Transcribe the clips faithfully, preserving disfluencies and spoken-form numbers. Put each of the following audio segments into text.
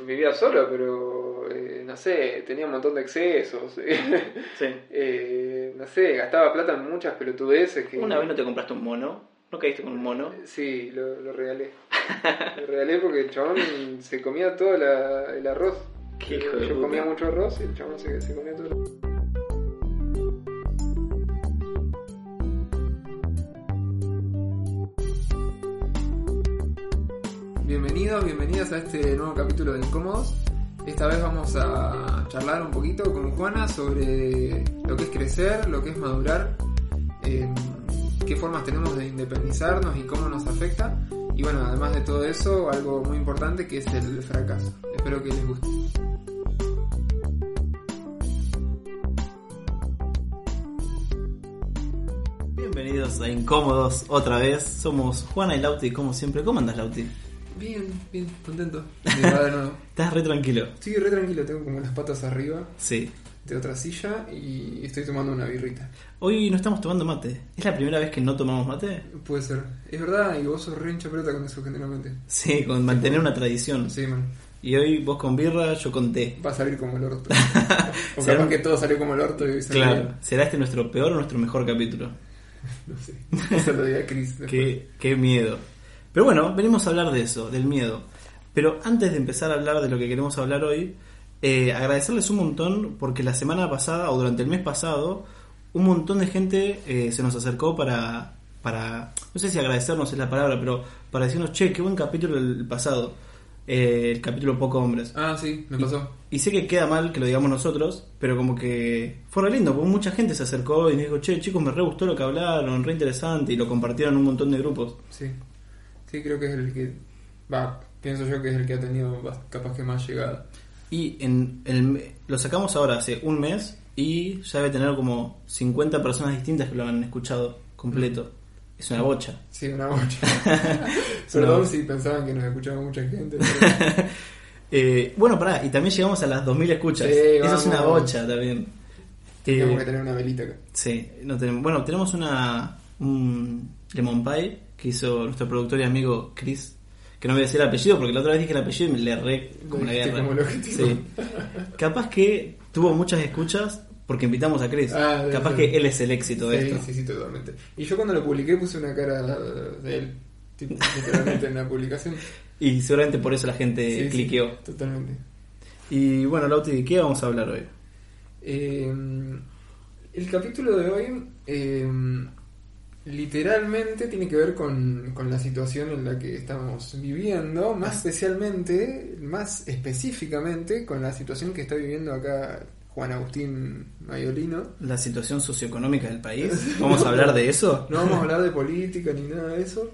vivía solo, pero eh, no sé, tenía un montón de excesos. Sí. eh, no sé, gastaba plata en muchas pelotudeces. Que... ¿Una vez no te compraste un mono? ¿No caíste con un mono? Sí, lo, lo regalé. Lo regalé porque el chabón se comía todo la, el arroz. Qué hijo de Yo puta. comía mucho arroz y el chabón se, se comía todo el arroz. Bienvenidos, bienvenidas a este nuevo capítulo de Incómodos. Esta vez vamos a charlar un poquito con Juana sobre lo que es crecer, lo que es madurar, eh, qué formas tenemos de independizarnos y cómo nos afecta. Y bueno, además de todo eso, algo muy importante que es el fracaso. Espero que les guste. Bienvenidos a Incómodos otra vez. Somos Juana y Lauti, como siempre. ¿Cómo andas, Lauti? Bien, bien, contento. Me va de nuevo. Estás re tranquilo. Sí, re tranquilo, tengo como las patas arriba Sí. de otra silla y estoy tomando una birrita. Hoy no estamos tomando mate. ¿Es la primera vez que no tomamos mate? Puede ser. Es verdad, y vos sos re hincha pelota con eso generalmente. Sí, con mantener una tradición. Sí, man. Y hoy vos con birra, yo con té. Va a salir como el orto. O ¿Será? capaz que todo salió como el orto y hoy salió Claro. bien. ¿Será este nuestro peor o nuestro mejor capítulo? No sé. Eso lo diría Chris después. Qué, qué miedo. Pero bueno, venimos a hablar de eso, del miedo. Pero antes de empezar a hablar de lo que queremos hablar hoy, eh, agradecerles un montón porque la semana pasada o durante el mes pasado un montón de gente eh, se nos acercó para, para, no sé si agradecernos es la palabra, pero para decirnos, che, qué buen capítulo el pasado, eh, el capítulo Poco Hombres. Ah, sí, me pasó. Y, y sé que queda mal que lo digamos nosotros, pero como que fue re lindo, porque mucha gente se acercó y nos dijo, che, chicos, me re gustó lo que hablaron, re interesante, y lo compartieron en un montón de grupos. Sí. Sí, creo que es el que... Va, pienso yo que es el que ha tenido capaz que más llegada. Y en el, lo sacamos ahora hace un mes y ya debe tener como cincuenta personas distintas que lo han escuchado completo. Es una bocha. Sí, una bocha. Es una Perdón bocha. si pensaban que nos escuchaba mucha gente. Pero... eh, bueno, pará, y también llegamos a las dos mil escuchas. Sí, Eso vamos. es una bocha también. Tenemos Eh, que tener una velita acá. sí, no tenemos, bueno, tenemos una un lemon pie que hizo nuestro productor y amigo Chris, que no voy a decir el apellido porque la otra vez dije el apellido y me le erré como la Dijiste guerra. como el objetivo. Sí. Capaz que tuvo muchas escuchas porque invitamos a Chris. Ah, debe Capaz ser. que él es el éxito de Sí, esto. sí, sí, totalmente. Y yo cuando lo publiqué puse una cara de él, tipo, literalmente en la publicación. Y seguramente por eso la gente Sí, cliqueó. sí, totalmente. Y bueno, Lauti, ¿de qué vamos a hablar hoy? Eh, el capítulo de hoy eh, literalmente tiene que ver con, con la situación en la que estamos viviendo, más especialmente, más específicamente con la situación que está viviendo acá Juan Agustín Maiolino. La situación socioeconómica del país. ¿Vamos a hablar de eso? No vamos a hablar de política ni nada de eso,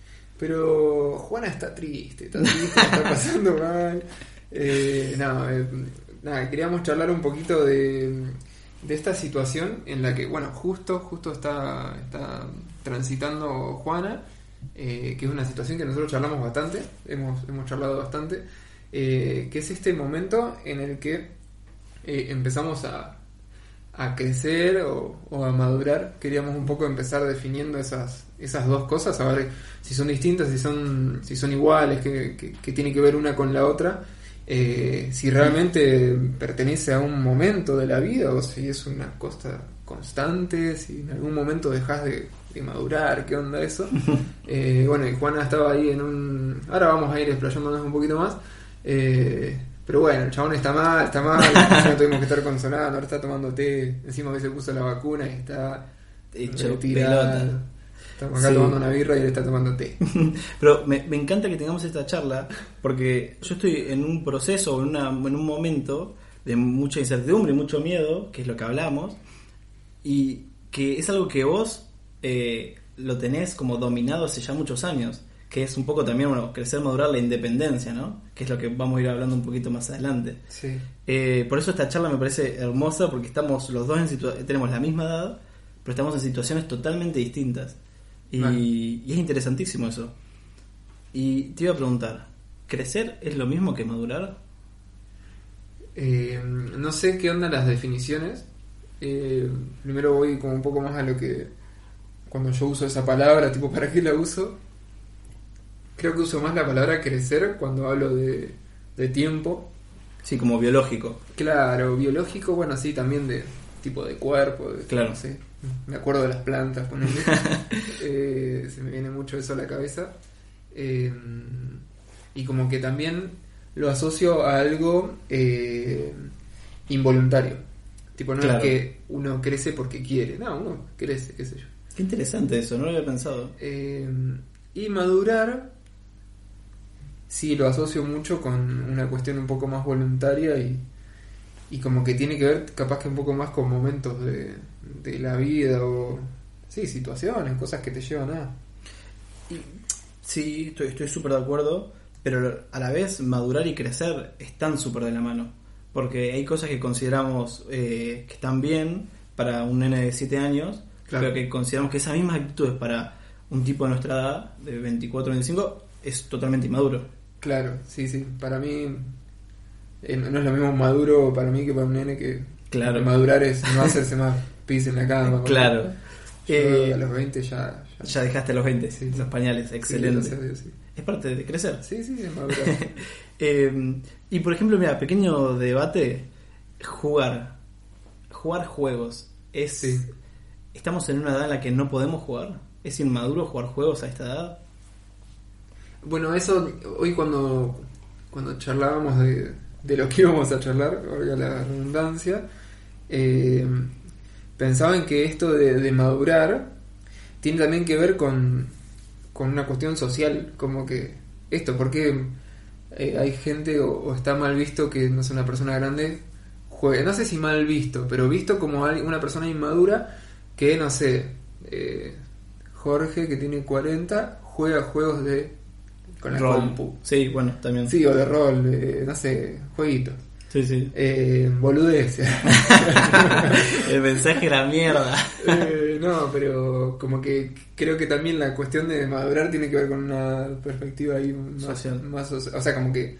pero Juana está triste, está triste, la está pasando mal. Eh, no, eh, nada, queríamos charlar un poquito de, de esta situación en la que, bueno, justo, justo está, está transitando Juana, eh, que es una situación que nosotros charlamos bastante, hemos, hemos charlado bastante, eh, que es este momento en el que eh, empezamos a, a crecer o, o a madurar. Queríamos un poco empezar definiendo esas, esas dos cosas, a ver si son distintas, si son, si son iguales, que, que, que tiene que ver una con la otra. Eh, si realmente pertenece a un momento de la vida o si es una cosa constante, si en algún momento dejas de, de madurar, qué onda eso. Eh, bueno, y Juana estaba ahí en un... Ahora vamos a ir explayándonos un poquito más. Eh, pero bueno, el chabón está mal, está mal, no tuvimos que estar consolando, ahora está tomando té, encima que se puso la vacuna y está Hecho retirado. pelota. Estamos acá Sí. tomando una birra y él está tomando té. Pero me, me encanta que tengamos esta charla porque yo estoy en un proceso, en, una, en un momento de mucha incertidumbre y mucho miedo, que es lo que hablamos, y que es algo que vos eh, lo tenés como dominado hace ya muchos años, que es un poco también, bueno, crecer, madurar, la independencia, ¿no? Que es lo que vamos a ir hablando un poquito más adelante. Sí. Eh, por eso esta charla me parece hermosa porque estamos los dos en situa- tenemos la misma edad, pero estamos en situaciones totalmente distintas. Y, Vale. y es interesantísimo eso. Y te iba a preguntar, ¿crecer es lo mismo que madurar? Eh, no sé qué onda las definiciones. Eh, primero voy como un poco más a lo que... Cuando yo uso esa palabra, tipo, ¿para qué la uso? Creo que uso más la palabra crecer cuando hablo de, de tiempo. Sí, como biológico. Claro, biológico, bueno, sí, también de tipo de cuerpo, de, claro. No sé, me acuerdo de las plantas, ponele. eh, se me viene mucho eso a la cabeza. Eh, y como que también lo asocio a algo eh, involuntario. Tipo, no claro. es que uno crece porque quiere, no, uno crece, qué sé yo. Qué interesante eso, no lo había pensado. Eh, y madurar, sí, lo asocio mucho con una cuestión un poco más voluntaria y, y como que tiene que ver capaz que un poco más con momentos de, de la vida o, sí, situaciones, cosas que te llevan a... Y, sí, estoy estoy súper de acuerdo, pero a la vez madurar y crecer están súper de la mano. Porque hay cosas que consideramos eh, que están bien para un nene de siete años, claro. Pero que consideramos que esas mismas actitudes para un tipo de nuestra edad, de veinticuatro, veinticinco, es totalmente inmaduro. Claro, sí, sí. Para mí eh, no es lo mismo maduro para mí que para un nene que, claro. que madurar es no hacerse más pis en la cama. Claro. Yo eh, a los veinte ya... Ya, ya dejaste a los veinte, sí, los pañales, excelente. Sí, Dios, sí. Es parte de crecer. Sí, sí, es madurar. eh, y por ejemplo, mira, pequeño debate, jugar. Jugar juegos. Es sí. ¿Estamos en una edad en la que no podemos jugar? ¿Es inmaduro jugar juegos a esta edad? Bueno, eso hoy cuando cuando charlábamos de, de lo que íbamos a charlar, valga la redundancia, eh, pensaba en que esto de, de madurar tiene también que ver con, con una cuestión social, como que esto, porque eh, hay gente o, o está mal visto que no sé, una persona grande juegue, no sé si mal visto, pero visto como una persona inmadura que, no sé, eh, Jorge que tiene cuarenta juega juegos de con la rol. compu. Sí, bueno, también. Sí, o de rol, de, no sé, jueguitos. Sí, sí. Eh, boludez. El mensaje era mierda. eh, no, pero como que creo que también la cuestión de madurar tiene que ver con una perspectiva ahí más social. Más, o sea, como que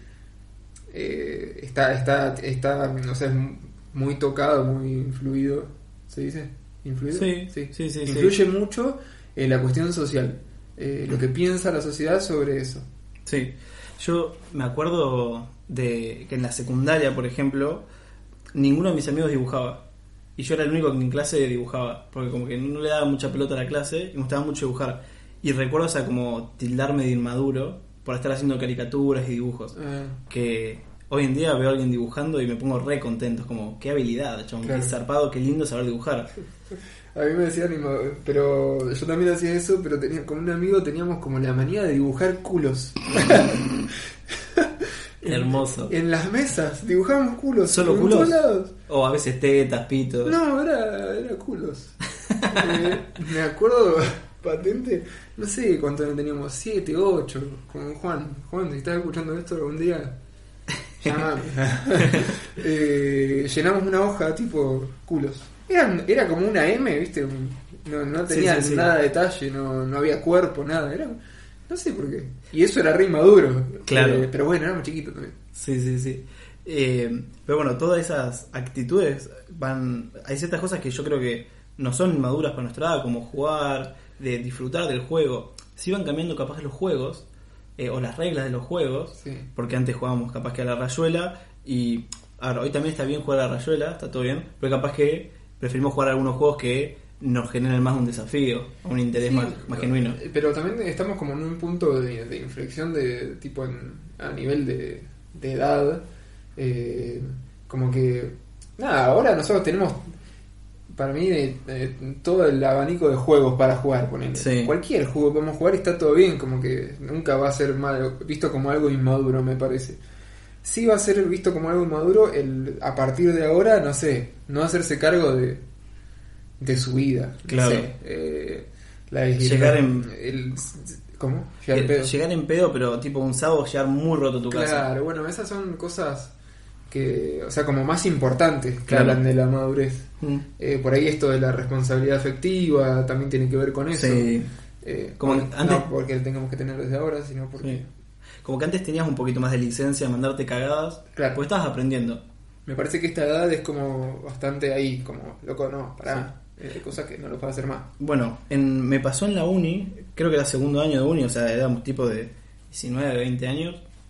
eh, está, está, está, o sea, es muy tocado, muy influido, ¿se dice? ¿Influido? Sí, sí, sí. sí Influye sí. mucho en la cuestión social, eh, lo que piensa la sociedad sobre eso. Sí, yo me acuerdo de que en la secundaria, por ejemplo, ninguno de mis amigos dibujaba. Y yo era el único que en clase dibujaba, porque como que no le daba mucha pelota a la clase y me gustaba mucho dibujar. Y recuerdo, o sea, como tildarme de inmaduro por estar haciendo caricaturas y dibujos. Ah. Que hoy en día veo a alguien dibujando y me pongo re contento. Es como, qué habilidad, chabón, claro. Qué zarpado, qué lindo saber dibujar. A mí me decían, pero yo también hacía eso, pero tenía, con un amigo teníamos como la manía de dibujar culos. Hermoso. En, en las mesas dibujábamos culos. ¿Solo en culos? Todos lados. O a veces tetas, pitos. No, era, era culos. eh, me acuerdo patente, no sé cuánto teníamos, siete, ocho, con Juan. Juan, si estás escuchando esto algún día, llamame. eh, llenamos una hoja tipo culos. Era, era como una M, ¿viste? No, no tenía sí, sí, sí. nada de detalle, no, no había cuerpo, nada. Era, no sé por qué. Y eso era re inmaduro. Claro. Eh, pero bueno, éramos chiquitos también. Sí, sí, sí. Eh, pero bueno, todas esas actitudes van... Hay ciertas cosas que yo creo que no son inmaduras para nuestra edad, como jugar, de disfrutar del juego. Sí van cambiando capaz de los juegos, eh, o las reglas de los juegos, sí. Porque antes jugábamos capaz que a la rayuela y... Ahora, hoy también está bien jugar a la rayuela, está todo bien, pero capaz que preferimos jugar algunos juegos que nos generen más un desafío, un interés sí, más, más genuino. Pero también estamos como en un punto de, de inflexión de tipo en, a nivel de, de edad, eh, como que nada, ahora nosotros tenemos para mí de, de, todo el abanico de juegos para jugar, ponele. Sí. Cualquier juego podemos jugar y está todo bien, como que nunca va a ser mal, visto como algo inmaduro, me parece. Sí va a ser visto como algo inmaduro el a partir de ahora, no sé, no hacerse cargo de de su vida, claro. No sé, eh, la llegar en el, ¿cómo? Llegar en pedo. Llegar en pedo, pero tipo un sábado llegar muy roto a tu claro, casa. Claro, bueno, esas son cosas que, o sea, como más importantes que claro. hablan de la madurez. Mm. Eh, por ahí esto de la responsabilidad afectiva también tiene que ver con eso. Sí. Eh, como no, antes, no porque lo tengamos que tener desde ahora, sino porque... Sí. Como que antes tenías un poquito más de licencia de mandarte cagadas, claro. Porque estabas aprendiendo. Me parece que esta edad es como bastante ahí, como, loco, no, pará. Sí. Hay cosas que no lo puedo hacer más. Bueno, en, me pasó en la uni, creo que era segundo año de uni, o sea, éramos tipo de diecinueve, veinte años.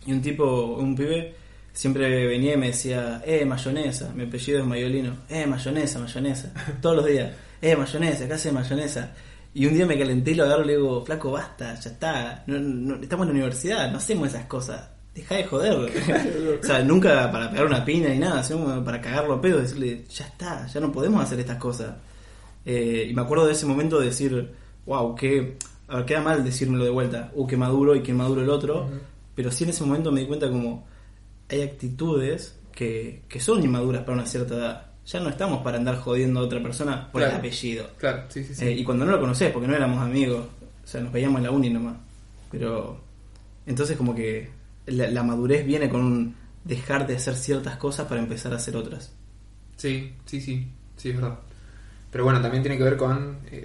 Y un tipo, un pibe, siempre venía y me decía, eh, mayonesa, mi apellido es Mayolino, eh, mayonesa, mayonesa, todos los días, eh, mayonesa, ¿qué hace mayonesa? Y un día me calenté y lo agarro y le digo, flaco, basta, ya está, no, no, estamos en la universidad, no hacemos esas cosas, dejá de joder. O sea, nunca para pegar una piña ni nada, sino para cagarlo a pedo y decirle, ya está, ya no podemos hacer estas cosas. Eh, y me acuerdo de ese momento de decir, wow, que, a ver, queda mal decírmelo de vuelta, uh, que maduro y que maduro el otro, uh-huh. Pero sí en ese momento me di cuenta como hay actitudes que, que son inmaduras para una cierta edad. Ya no estamos para andar jodiendo a otra persona por claro, el apellido. Claro, sí, sí, sí. Eh, y cuando no lo conocés, porque no éramos amigos, o sea, nos veíamos en la uni nomás. Pero entonces como que la, la madurez viene con un dejar de hacer ciertas cosas para empezar a hacer otras. Sí, sí, sí, sí, es verdad. Pero bueno, también tiene que ver con eh,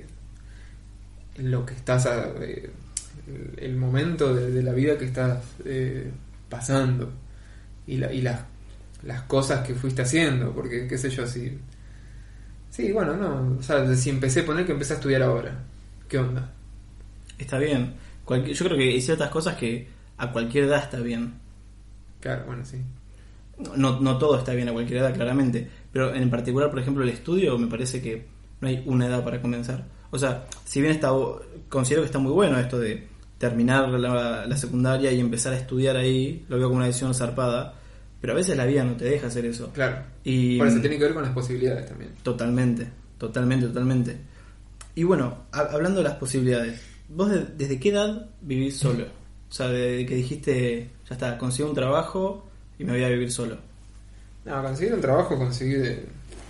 lo que estás, a, eh, el, el momento de, de la vida que estás eh, pasando y, la, y las, las cosas que fuiste haciendo, porque qué sé yo, si... Sí, bueno, no, o sea, si empecé a poner que empecé a estudiar ahora, ¿qué onda? Está bien. Cualquier, yo creo que hay ciertas cosas que a cualquier edad está bien. Claro, bueno, sí. No, no todo está bien a cualquier edad, claramente, pero en particular, por ejemplo, el estudio, me parece que no hay una edad para comenzar. O sea, si bien está, considero que está muy bueno esto de terminar la, la secundaria y empezar a estudiar ahí, lo veo como una decisión zarpada, pero a veces la vida no te deja hacer eso. Claro, y por eso tiene que ver con las posibilidades también. Totalmente, totalmente, totalmente. Y bueno, a, hablando de las posibilidades, ¿vos de, desde qué edad vivís solo? O sea, desde que dijiste, ya está, consigo un trabajo y me voy a vivir solo. No, conseguir un trabajo conseguí de,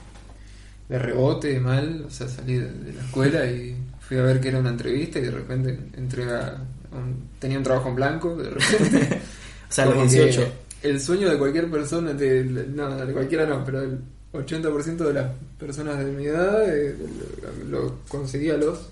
de rebote, mal, o sea, salí de, de la escuela y fui a ver que era una entrevista y de repente entré a... Un, tenía un trabajo en blanco, de repente... O sea, a los dieciocho. El sueño de cualquier persona, de, no, de cualquiera no, pero el ochenta por ciento de las personas de mi edad eh, lo, lo conseguí a los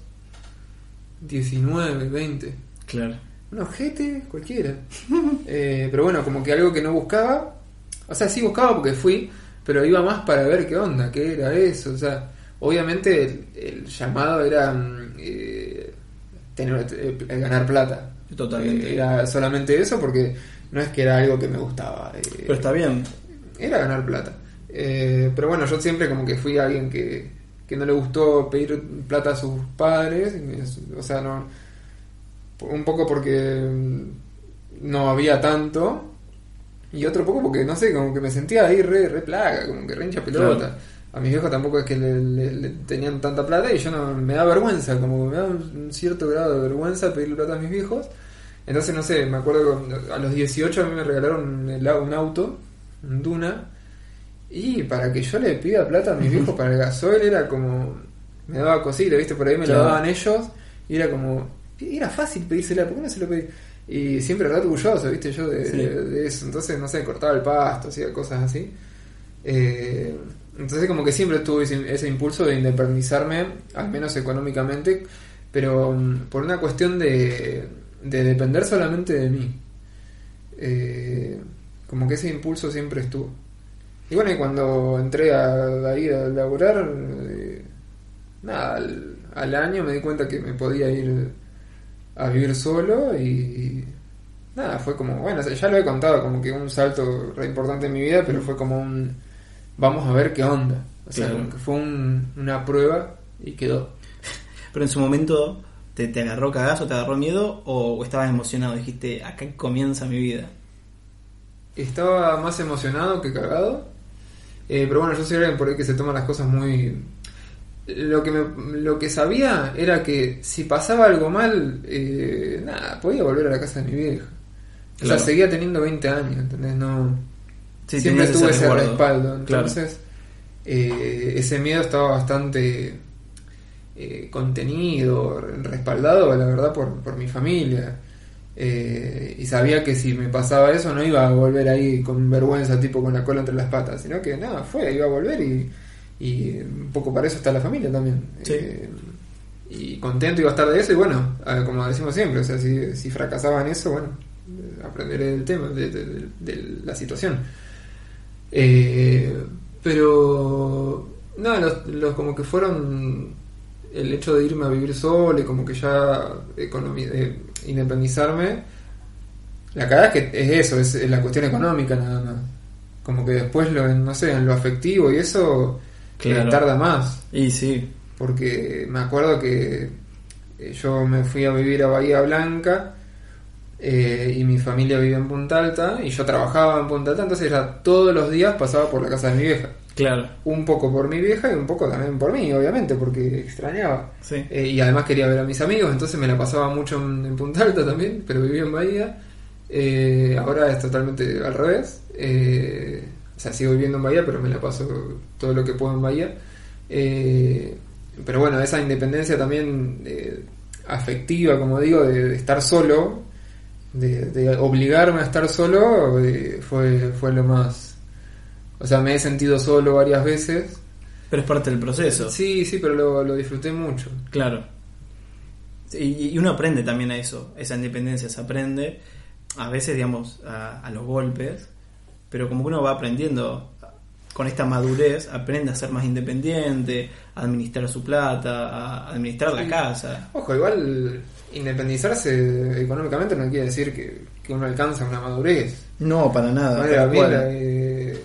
diecinueve, veinte. Claro. Un ojete cualquiera. eh, pero bueno, como que algo que no buscaba, o sea, sí buscaba porque fui, pero iba más para ver qué onda, qué era eso. O sea, obviamente el, el llamado era eh, tener, eh, ganar plata. Totalmente. Eh, era solamente eso porque no es que era algo que me gustaba. Eh, pero está bien. Era ganar plata. Eh, pero bueno, yo siempre como que fui alguien que, que no le gustó pedir plata a sus padres. O sea, no... Un poco porque no había tanto. Y otro poco porque, no sé, como que me sentía ahí re, re plaga, como que re hincha pelota. Claro. A mis viejos tampoco es que le, le, le tenían tanta plata y yo no... Me da vergüenza, como me da un cierto grado de vergüenza pedirle plata a mis viejos. Entonces, no sé, me acuerdo que a los dieciocho a mí me regalaron un auto, un Duna, y para que yo le pida plata a mis viejos para el gasoil era como... Me daba cosita, ¿viste? Por ahí me claro. Lo daban ellos, y era como... Era fácil pedírsela, ¿por qué no se lo pedí? Y siempre re orgulloso, ¿viste? Yo de, sí. de, de eso. Entonces, no sé, cortaba el pasto, hacía cosas así. Eh, entonces, como que siempre tuve ese, ese impulso de independizarme, al menos económicamente, pero um, por una cuestión de... de depender solamente de mí. Eh, como que ese impulso siempre estuvo. Y bueno, y cuando entré a, a ir a laburar, eh, nada, al, al año me di cuenta que me podía ir a vivir solo y, y nada, fue como, bueno, ya lo he contado, como que un salto re importante en mi vida, pero fue como un, vamos a ver qué onda. O sea, claro. Como que fue un, una prueba y quedó. Pero en su momento... ¿Te, ¿Te agarró cagazo, te agarró miedo o estabas emocionado? Dijiste, acá comienza mi vida. Estaba más emocionado que cagado. Eh, pero bueno, yo soy alguien por ahí que se toma las cosas muy... Lo que, me, lo que sabía era que si pasaba algo mal, eh, nada, podía volver a la casa de mi vieja. Claro. O sea, seguía teniendo veinte años, ¿entendés? No, sí, siempre tuve ese, ese respaldo. Entonces, claro. eh, ese miedo estaba bastante... Eh, contenido, respaldado, la verdad, por, por mi familia. Eh, y sabía que si me pasaba eso no iba a volver ahí con vergüenza, tipo con la cola entre las patas, sino que nada, fue, iba a volver y, y un poco para eso está la familia también. Sí. Eh, y contento iba a estar de eso y bueno, como decimos siempre, o sea, si, si fracasaba en eso, bueno, aprenderé del tema, de, de, de, de la situación. Eh, pero nada, los, los como que fueron... El hecho de irme a vivir solo y como que ya economi- eh, independizarme La cagada es que es eso, es, es la cuestión económica nada más. Como que después, lo, no sé, en lo afectivo y eso Claro. eh, tarda más. Y sí, Porque me acuerdo que eh, yo me fui a vivir a Bahía Blanca eh, y mi familia vive en Punta Alta y yo trabajaba en Punta Alta, entonces ya todos los días pasaba por la casa de mi vieja. claro. Un poco por mi vieja y un poco también por mí, obviamente, porque extrañaba. Sí. Eh, y además quería ver a mis amigos, entonces me la pasaba mucho en, en Punta Alta también, pero vivía en Bahía. Eh, ahora es totalmente al revés. Eh, o sea, sigo viviendo en Bahía, pero me la paso todo lo que puedo en Bahía. Eh, pero bueno, esa independencia también eh, afectiva, como digo, de, de estar solo, de, de obligarme a estar solo, eh, fue, fue lo más... O sea, me he sentido solo varias veces. Pero es parte del proceso. Sí, sí, pero lo, lo disfruté mucho. Claro. Y, y uno aprende también a eso, esa independencia se aprende, a veces, digamos, a, a los golpes, pero como que uno va aprendiendo con esta madurez, aprende a ser más independiente, a administrar su plata, a administrar Sí. la casa. Ojo, igual independizarse económicamente no quiere decir que, que uno alcanza una madurez. No, para nada. Madre tal cual. Gabriela, eh,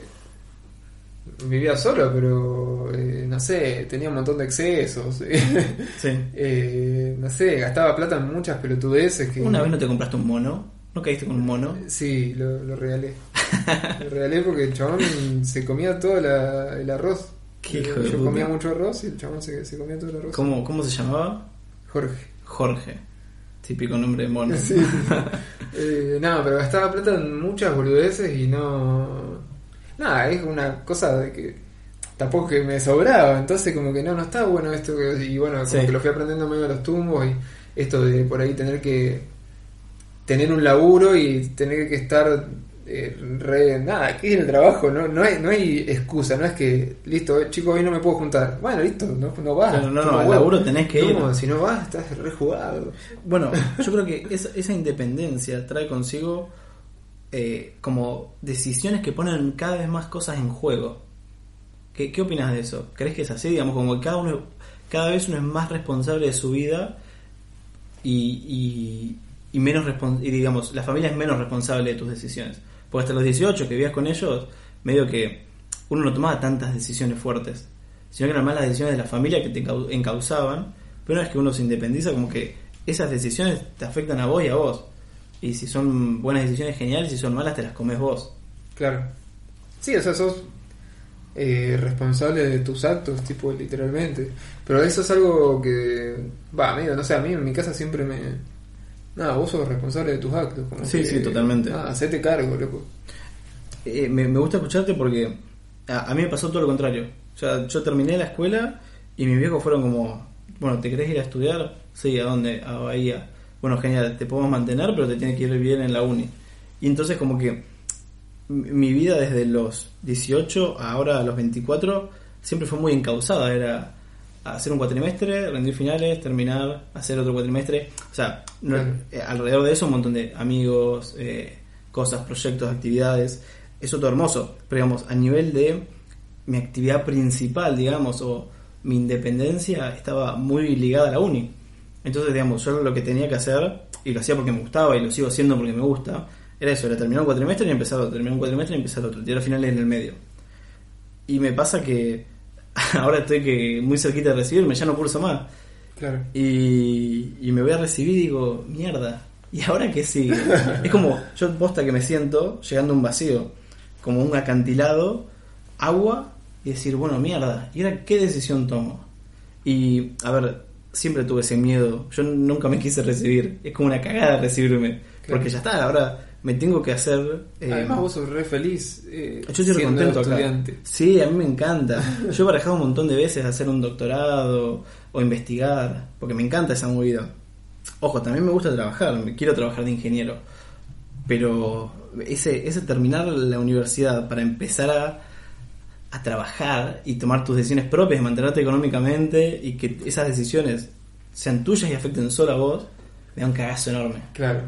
vivía solo, pero eh, no sé, tenía un montón de excesos. Sí. eh, no sé, gastaba plata en muchas pelotudeces. Que, ¿Una vez no te compraste un mono? ¿No caíste con un mono? Sí, lo, lo regalé. Lo regalé porque el chabón se comía todo la- el arroz. Qué Yo hijo de puta. comía mucho arroz y el chabón se, se comía todo el arroz. ¿Cómo, ¿Cómo se llamaba? Jorge. Jorge. Típico nombre de mono. Sí, sí, sí. Eh, no, pero gastaba plata en muchas boludeces y no... Nada, es una cosa de que tampoco que me sobraba, entonces como que no, no está bueno esto. que- Y bueno, como Sí. que lo fui aprendiendo medio de los tumbos y esto de por ahí tener que tener un laburo y tener que estar eh, re... Nada, ¿qué es el trabajo? No, no, hay, no hay excusa, no es que, listo, eh, chico, hoy no me puedo juntar. Bueno, listo, no, no vas. Claro, no, no, chupa al huevo. laburo tenés que ir. No, si no vas, estás re jugado. Bueno, yo creo que esa, esa independencia trae consigo eh, como decisiones que ponen cada vez más cosas en juego. ¿Qué, qué opinas de eso? ¿Crees que es así? Digamos, como que cada uno, cada vez uno es más responsable de su vida y, y, y menos respon- y digamos, la familia es menos responsable de tus decisiones. Porque hasta los dieciocho que vivías con ellos, medio que uno no tomaba tantas decisiones fuertes, sino que eran más las decisiones de la familia que te encau- encausaban. Pero una vez que uno se independiza, como que esas decisiones te afectan a vos y a vos. Y si son buenas decisiones, geniales, si son malas, te las comes vos. Claro. Sí, o sea, sos eh, responsable de tus actos, tipo, literalmente. Pero eso es algo que... Va, medio, no sé, a mí en mi casa siempre me... Nada, vos sos responsable de tus actos. Como Sí, que, sí, totalmente. Nada, hacete cargo, loco. Eh, me, me gusta escucharte porque a, a mí me pasó todo lo contrario. O sea, yo terminé la escuela y mis viejos fueron como, bueno, ¿te querés ir a estudiar? Sí, ¿a dónde? A Bahía. Bueno, genial, te podemos mantener, pero te tienes que ir bien en la uni. Y entonces como que mi mi vida desde los dieciocho a ahora a los veinticuatro siempre fue muy encausada. Era hacer un cuatrimestre, rendir finales, terminar, hacer otro cuatrimestre. O sea, no- Claro. eh, alrededor de eso un montón de amigos, eh, cosas, proyectos, actividades. Eso todo hermoso. Pero digamos, a nivel de mi actividad principal, digamos, o mi independencia, estaba muy ligada a la uni. Entonces, digamos, yo lo que tenía que hacer, y lo hacía porque me gustaba y lo sigo haciendo porque me gusta, era eso, era terminar un cuatrimestre y empezar otro, terminar un cuatrimestre y empezar otro, tirar finales en el medio. Y me pasa que ahora estoy que muy cerquita de recibirme, ya no curso más. Claro. Y, y me voy a recibir y digo, mierda, ¿y ahora qué sigue? Es como, yo posta que me siento llegando a un vacío, como un acantilado, agua, y decir, bueno, mierda, ¿y ahora qué decisión tomo? Y, a ver, siempre tuve ese miedo, yo nunca me quise recibir, es como una cagada recibirme, Claro. porque ya está, ahora me tengo que hacer... eh, Además vos sos re feliz eh, yo estoy re siendo contento acá. estudiante. Sí, a mí me encanta. Yo he barajado un montón de veces hacer un doctorado o investigar, porque me encanta esa movida. Ojo, también me gusta trabajar, me quiero trabajar de ingeniero. Pero ese, ese terminar la universidad para empezar a, a trabajar y tomar tus decisiones propias, mantenerte económicamente y que esas decisiones sean tuyas y afecten solo a vos, me da un cagazo enorme. Claro.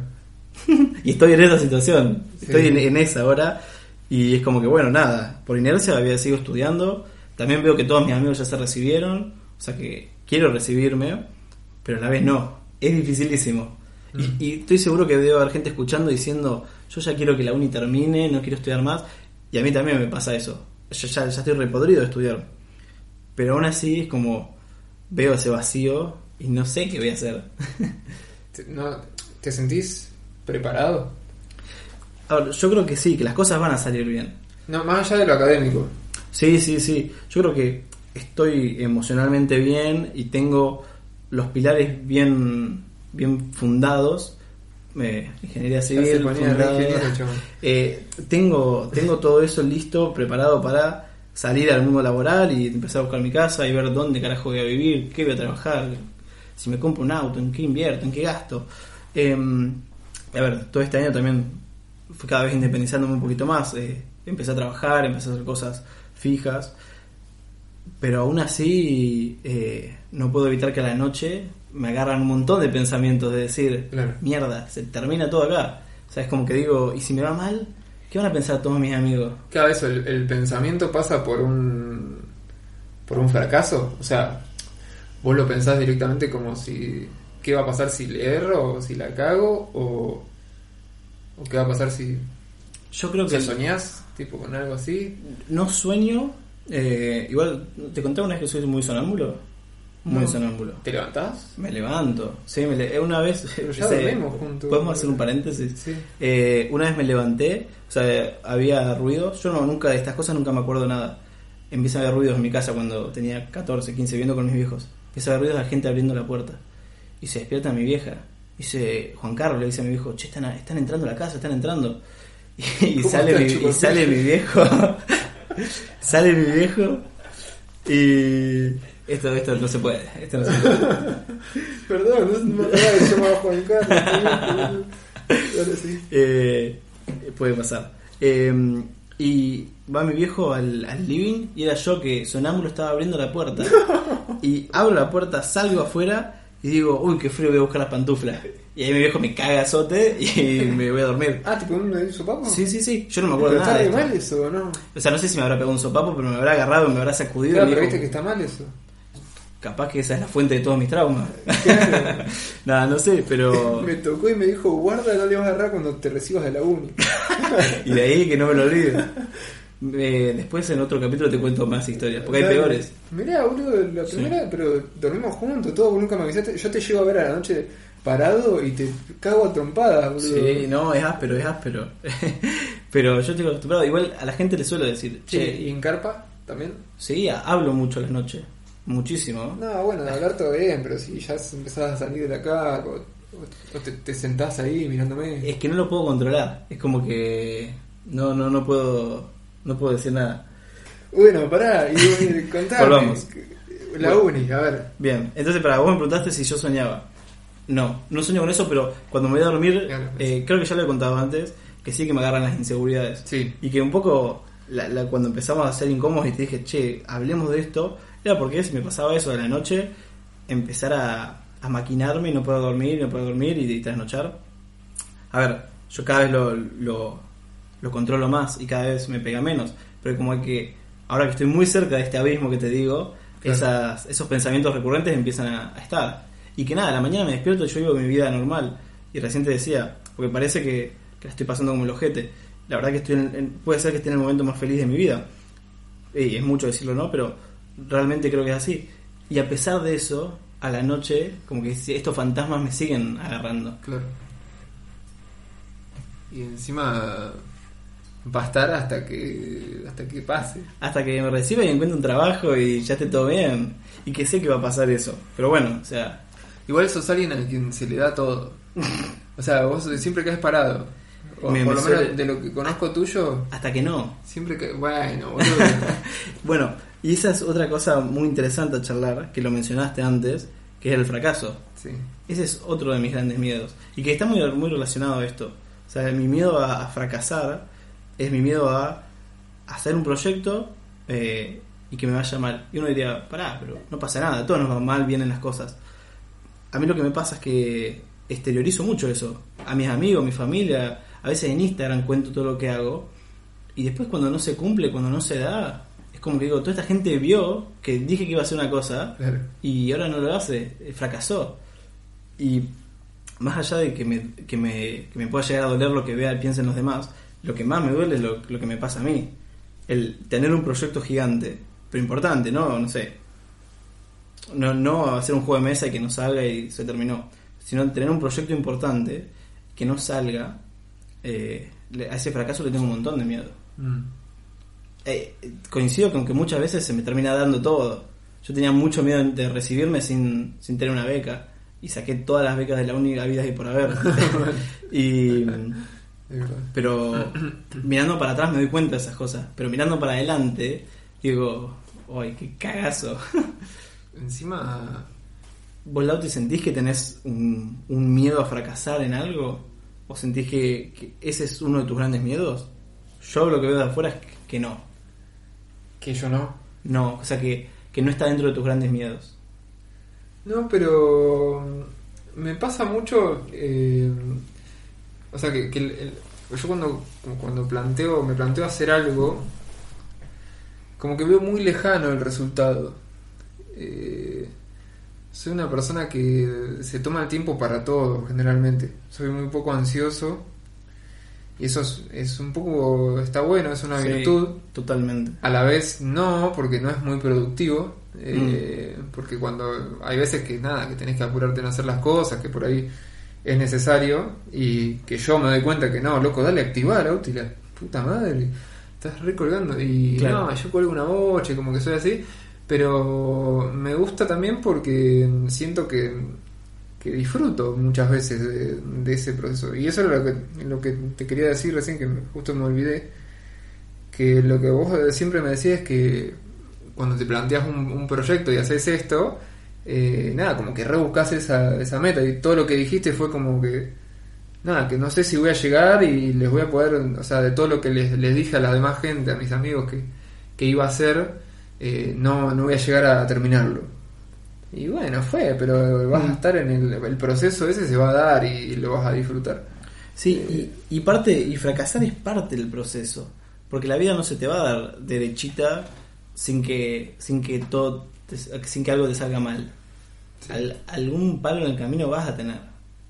Y estoy en esa situación, Sí. estoy en, en esa ahora. Y es como que, bueno, nada, por inercia había sigo estudiando. También veo que todos mis amigos ya se recibieron, o sea que quiero recibirme, pero a la vez no, es dificilísimo. Mm. Y, y estoy seguro que debe haber gente escuchando diciendo, yo ya quiero que la uni termine, no quiero estudiar más. Y a mí también me pasa eso. Yo ya, ya estoy repodrido de estudiar. Pero aún así es como, veo ese vacío y no sé qué voy a hacer. ¿Te, no, ¿te sentís preparado? A ver, yo creo que sí, que las cosas van a salir bien. No, más allá de lo académico. Sí, sí, sí. Yo creo que estoy emocionalmente bien y tengo los pilares bien, bien fundados. Eh, ingeniería civil, fundado, eh, tengo, tengo todo eso listo, preparado para salir al mundo laboral y empezar a buscar mi casa y ver dónde carajo voy a vivir, qué voy a trabajar, si me compro un auto, en qué invierto, en qué gasto. Eh, a ver, todo este año también fui cada vez independizándome un poquito más. Eh, empecé a trabajar, empecé a hacer cosas fijas, pero aún así eh, no puedo evitar que a la noche me agarran un montón de pensamientos de decir, claro, mierda, se termina todo acá. O sea, es como que digo, ¿y si me va mal? ¿Qué van a pensar todos mis amigos? Cada vez el, el pensamiento pasa por un por un fracaso. O sea, vos lo pensás directamente como si, ¿qué va a pasar si le erro o si la cago? O, o ¿qué va a pasar si... Yo creo que... ¿soñás tipo con algo así? No sueño. Eh, igual, ¿te conté una vez que soy muy sonámbulo? Muy no. sonámbulo. ¿Te levantás? Me levanto. Sí, me le... una vez... Pero ya dormimos juntos. ¿Podemos hacer un paréntesis? Sí. Eh, una vez me levanté, o sea, había ruidos. Yo no, nunca de estas cosas nunca me acuerdo nada. Empieza a haber ruidos en mi casa cuando tenía catorce, quince, viviendo con mis viejos. Empieza a haber ruidos de la gente abriendo la puerta. Y se despierta mi vieja. Dice, Juan Carlos, le dice a mi viejo, che, están, están entrando a la casa, están entrando. Y, y sale, mi, y sale mi viejo. Sale mi viejo. Y... Esto, esto no se puede, esto no se puede. Perdón, no se llamaba Juan Carlos. Ahora sí. Eh, puede pasar. Eh, y va mi viejo al, al living y era yo que sonámbulo estaba abriendo la puerta. Y abro la puerta, salgo afuera y digo, uy, qué frío, voy a buscar las pantuflas. Y ahí mi viejo me caga azote y me voy a dormir. Ah, ¿tipo un sopapo? Sí, sí, sí. Yo no me acuerdo pero nada. ¿Está de mal eso o no? O sea, no sé si me habrá pegado un sopapo, pero me habrá agarrado, me habrá sacudido. Claro, y pero dijo, viste que está mal eso. Capaz que esa es la fuente de todos mis traumas. Claro. Nada, no sé, pero... Me tocó y me dijo, guarda, no le vas a agarrar cuando te recibas de la uni. Y de ahí que no me lo olvide. Eh, después en otro capítulo te cuento más historias, porque hay Dale. peores. Mirá, boludo, la primera, sí. Pero dormimos juntos, todo, nunca me avisaste. Yo te llego a ver a la noche parado y te cago a trompadas, boludo. Sí, no, es áspero, es áspero. Pero yo estoy acostumbrado, igual a la gente le suelo decir, che. ¿Y en carpa también? Sí, hablo mucho a la noche. Muchísimo. No, bueno, de hablar todo bien, pero si ya empezás a salir de la casa o, o te, te sentás ahí mirándome. Es que no lo puedo controlar. Es como que no, no, no puedo, no puedo decir nada. Bueno, pará, y contame. Volvamos. La uni, a ver. Bien, entonces para vos me preguntaste si yo soñaba. No, no sueño con eso, pero cuando me voy a dormir, claro, eh, creo que ya lo he contado antes, que sí que me agarran las inseguridades. Sí. Y que un poco, la, la, cuando empezamos a ser incómodos y te dije, che, hablemos de esto, era porque si me pasaba eso de la noche, empezar a, a maquinarme y no puedo dormir, no puedo dormir y, y trasnochar. A ver, yo cada vez lo, lo, lo controlo más y cada vez me pega menos, pero como que ahora que estoy muy cerca de este abismo que te digo, claro, esas, esos pensamientos recurrentes empiezan a, a estar. Y que nada, a la mañana me despierto y yo vivo mi vida normal. Y recién te decía, porque parece que, que la estoy pasando como el ojete. La verdad que estoy en, en, puede ser que esté en el momento más feliz de mi vida. Y es mucho decirlo, ¿no? Pero realmente creo que es así. Y a pesar de eso, a la noche, como que estos fantasmas me siguen agarrando. Claro. Y encima va a estar hasta que hasta que pase. Hasta que me reciba y encuentre un trabajo y ya esté todo bien. Y que sé que va a pasar eso. Pero bueno, o sea... Igual sos alguien a quien se le da todo. O sea, vos siempre caes parado. O me, por me lo menos suele... de lo que conozco tuyo. Hasta que no. Siempre que... Bueno, boludo. Bueno, y esa es otra cosa muy interesante a charlar, que lo mencionaste antes, que es el fracaso. Sí. Ese es otro de mis grandes miedos. Y que está muy, muy relacionado a esto. O sea, mi miedo a, a fracasar es mi miedo a hacer un proyecto eh, y que me vaya mal. Y uno diría, pará, pero no pasa nada, todo nos va mal, vienen las cosas. A mí lo que me pasa es que exteriorizo mucho eso. A mis amigos, mi familia, a veces en Instagram cuento todo lo que hago. Y después cuando no se cumple, cuando no se da, es como que digo, toda esta gente vio que dije que iba a hacer una cosa, claro, y ahora no lo hace, fracasó. Y más allá de que me, que me, que me pueda llegar a doler lo que vea y piensen los demás, lo que más me duele es lo, lo que me pasa a mí. El tener un proyecto gigante, pero importante, ¿no? No sé. No, no hacer un juego de mesa y que no salga y se terminó. Sino tener un proyecto importante que no salga. Eh, a ese fracaso le tengo un montón de miedo. Mm. Eh, coincido con que muchas veces se me termina dando todo. Yo tenía mucho miedo de recibirme sin, sin tener una beca. Y saqué todas las becas de la uni habidas y por haber. y... Pero mirando para atrás me doy cuenta de esas cosas. Pero mirando para adelante digo, ¡ay, qué cagazo! Encima, ¿vos, Lauti, sentís que tenés un, un miedo a fracasar en algo? ¿O sentís que, que ese es uno de tus grandes miedos? Yo lo que veo de afuera es que, que no. que yo no. No, o sea que, que no está dentro de tus grandes miedos. No, pero me pasa mucho, eh, o sea que, que el, el, yo cuando cuando planteo me planteo hacer algo, como que veo muy lejano el resultado. Eh, soy una persona que se toma el tiempo para todo, generalmente. Soy muy poco ansioso y eso es, es un poco, está bueno, es una Sí, virtud. totalmente. A la vez no, porque no es muy productivo. Eh, mm. Porque cuando hay veces que nada, que tenés que apurarte en hacer las cosas, que por ahí es necesario, y que yo me doy cuenta que no, loco, dale a activar, Auti, la puta madre, estás recolgando. Y claro, no, yo cuelgo una bocha, como que soy así. Pero me gusta también porque siento que, que disfruto muchas veces de, de ese proceso. Y eso es lo que, lo que te quería decir recién, que justo me olvidé. Que lo que vos siempre me decías es que cuando te planteas un, un proyecto y haces esto, eh, nada, como que rebuscás esa, esa meta. Y todo lo que dijiste fue como que, nada, que no sé si voy a llegar y les voy a poder, o sea, de todo lo que les, les dije a la demás gente, a mis amigos que, que iba a hacer, eh, no, no voy a llegar a terminarlo. Y bueno, fue, pero vas a estar en el, el proceso ese, se va a dar y lo vas a disfrutar. Sí, eh, y, y parte, y fracasar es parte del proceso. Porque la vida no se te va a dar derechita sin que sin que todo te, sin que algo te salga mal. Sí. Al, algún palo en el camino vas a tener.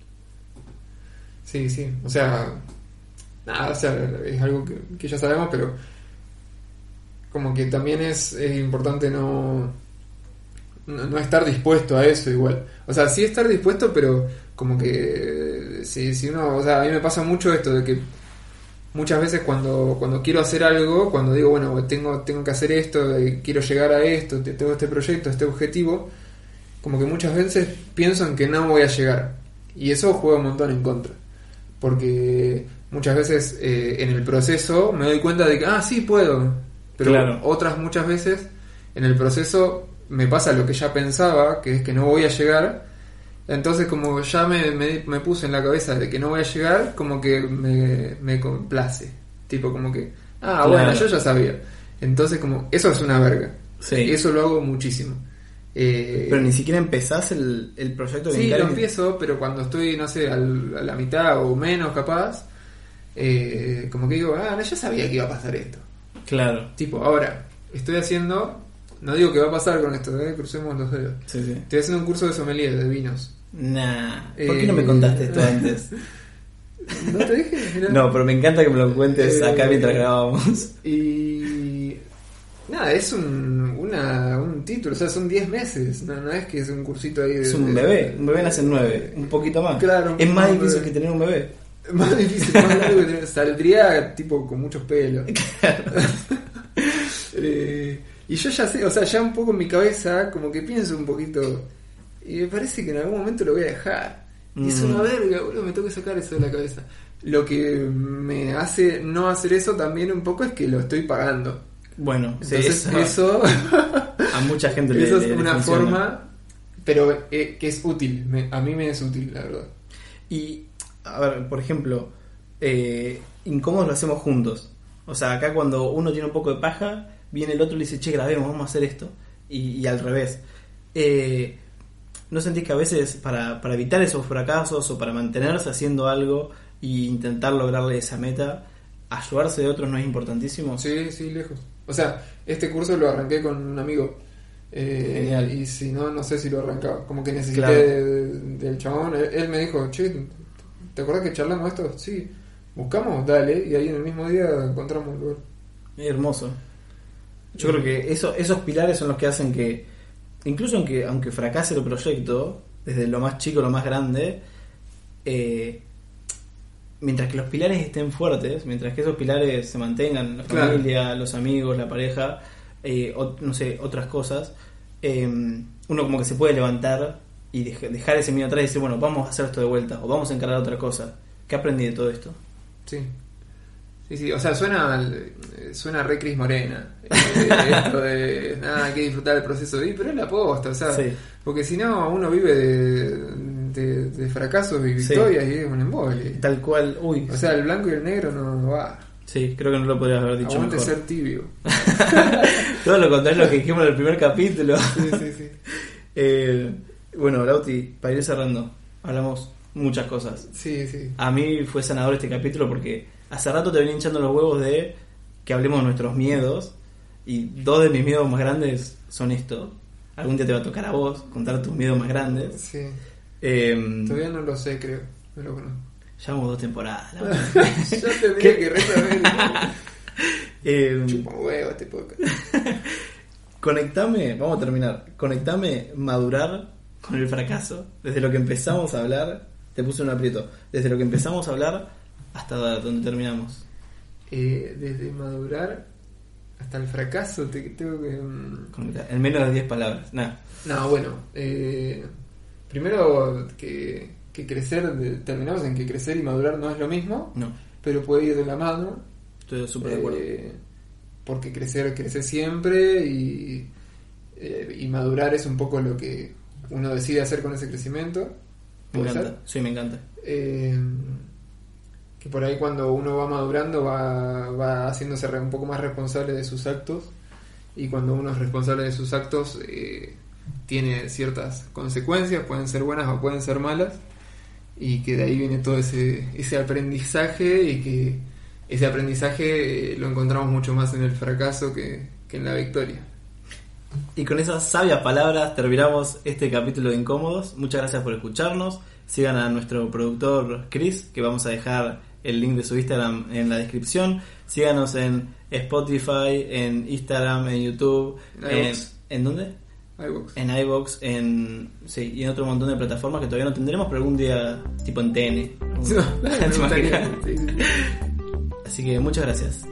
Sí, sí. O sea, nada, o sea, es algo que, que ya sabemos, pero como que también es, es importante no, no no estar dispuesto a eso igual. O sea, sí estar dispuesto, pero como que si si uno, o sea, a mí me pasa mucho esto de que muchas veces cuando, cuando quiero hacer algo, cuando digo, bueno, tengo, tengo que hacer esto, quiero llegar a esto, tengo este proyecto, este objetivo, como que muchas veces pienso en que no voy a llegar. Y eso juega un montón en contra. Porque muchas veces eh, en el proceso me doy cuenta de que, ah, sí, puedo. Pero claro, otras muchas veces en el proceso me pasa lo que ya pensaba, que es que no voy a llegar. Entonces como ya me, me, me puse en la cabeza de que no voy a llegar, como que me, me complace. Tipo como que, ah, claro, bueno, yo ya sabía. Entonces como, eso es una verga. Sí. Eso lo hago muchísimo. Eh, pero ni siquiera empezás el, el proyecto. Sí, lo empiezo, pero cuando estoy, no sé, al, a la mitad o menos capaz, eh, como que digo, ah, no, yo sabía que iba a pasar esto. Claro. Tipo, ahora, estoy haciendo... No digo que va a pasar con esto, ¿eh? Crucemos los dedos. Sí, sí. Estoy haciendo un curso de sommelier, de vinos. Nah, ¿por qué eh... no me contaste esto antes? ¿No te dije? Mirá. No, pero me encanta que me lo cuentes eh... acá mientras grabábamos. Y... Nada, es un, una, un título, o sea, son diez meses. No, no es que es un cursito ahí de... Es un bebé, un bebé nace en nueve, un poquito más. Claro. Es más difícil bebé. que tener un bebé. Más difícil, más largo que tener... Saldría tipo con muchos pelos. Claro. eh... Y yo ya sé, o sea, ya un poco en mi cabeza, como que pienso un poquito, y me parece que en algún momento lo voy a dejar. Mm. Y es una verga, boludo, me tengo que sacar eso de la cabeza. Lo que me hace no hacer eso también un poco es que lo estoy pagando. Bueno, entonces sí, eso, eso a mucha gente le Eso es le, le una funciona. forma, pero eh, que es útil, me, a mí me es útil, la verdad. Y, a ver, por ejemplo, eh, ¿cómo lo hacemos juntos? O sea, acá cuando uno tiene un poco de paja, viene el otro y le dice, che, grabemos, vamos a hacer esto. Y, y al revés. Eh, ¿No sentís que a veces para, para evitar esos fracasos o para mantenerse haciendo algo e intentar lograrle esa meta, ayudarse de otros no es importantísimo? Sí, sí, lejos. O sea, este curso lo arranqué con un amigo Eh, Genial. y si no, no sé si lo arrancaba. Como que necesité Claro. de- de- del chabón. Él, él me dijo, che, ¿te acordás que charlamos esto? Sí. ¿Buscamos? Dale. Y ahí en el mismo día encontramos un lugar. Hermoso. Yo creo que eso, esos pilares son los que hacen que, incluso aunque, aunque fracase el proyecto, desde lo más chico a lo más grande, eh, mientras que los pilares estén fuertes, mientras que esos pilares se mantengan, la Claro. familia, los amigos, la pareja, eh, o, no sé, otras cosas, eh, uno como que se puede levantar y dej- dejar ese miedo atrás y decir, bueno, vamos a hacer esto de vuelta, o vamos a encarar otra cosa. ¿Qué aprendí de todo esto? Sí. Sí, sí, o sea, suena suena re Cris Morena. Eh, esto de nada, hay que disfrutar del proceso. Y, pero es la posta, o sea, Sí. porque si no, uno vive de, de, de fracasos y Sí. victorias y es un embole. Tal cual, uy, O sea, el blanco y el negro no va. sí, creo que no lo podrías haber dicho Aguante mejor. ser tibio. Todo lo contrario a lo que dijimos en el primer capítulo. Sí, sí, sí. Eh, bueno, Lauti, para ir cerrando, hablamos muchas cosas. Sí, sí. A mí fue sanador este capítulo porque hace rato te venía hinchando los huevos de que hablemos de nuestros miedos. Y dos de mis miedos más grandes son esto. Algún día te va a tocar a vos contar tus miedos más grandes. Sí. Eh, Todavía no lo sé, creo. No lo conozco. Llevamos dos temporadas. ¿no? Ya tendría ¿Qué? que resaber. Eh, Chupa huevo este podcast. Conectame, vamos a terminar. Conectame madurar con el fracaso. Desde lo que empezamos a hablar, te puse un aprieto. Desde lo que empezamos a hablar hasta donde terminamos. Eh, desde madurar hasta el fracaso, te, tengo que. mm, Conectar. En menos de diez palabras. Nada. No, bueno. Eh, primero que, que crecer, de- terminamos en que crecer y madurar no es lo mismo, No. pero puede ir de la mano. Estoy súper de acuerdo. Eh, porque crecer crece siempre y, eh, y madurar es un poco lo que uno decide hacer con ese crecimiento. Me ¿Puede encanta. ser? Sí, me encanta. Eh, que por ahí cuando uno va madurando va, va haciéndose re- un poco más responsable de sus actos, y cuando uno es responsable de sus actos eh, tiene ciertas consecuencias, pueden ser buenas o pueden ser malas, y que de ahí viene todo ese, ese aprendizaje, y que ese aprendizaje eh, lo encontramos mucho más en el fracaso que, que en la victoria. Y con esas sabias palabras terminamos este capítulo de Incómodos. Muchas gracias por escucharnos. Sigan a nuestro productor Chris, que vamos a dejar el link de su Instagram en la descripción. Síganos en Spotify, en Instagram, en YouTube. En En, iVoox. ¿En dónde? iVoox. En iVoox, en, sí, y en otro montón de plataformas que todavía no tendremos, pero algún día, tipo en T N. No, me ¿Te gustaría. imaginas? Sí, sí, sí. Así que muchas gracias.